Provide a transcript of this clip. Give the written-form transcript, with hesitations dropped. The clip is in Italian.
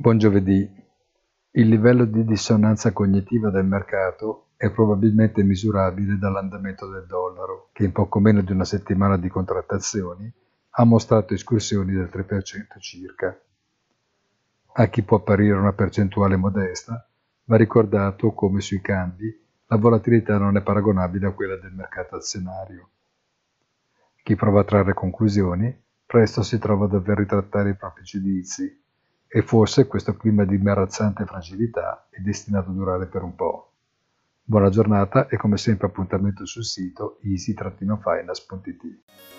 Buon giovedì. Il livello di dissonanza cognitiva del mercato è probabilmente misurabile dall'andamento del dollaro, che in poco meno di una settimana di contrattazioni ha mostrato escursioni del 3% circa. A chi può apparire una percentuale modesta, va ricordato come sui cambi la volatilità non è paragonabile a quella del mercato azionario. Chi prova a trarre conclusioni, presto si trova a dover ritrattare i propri giudizi, e forse questo clima di imbarazzante fragilità è destinato a durare per un po'. Buona giornata e come sempre appuntamento sul sito easy-finance.it.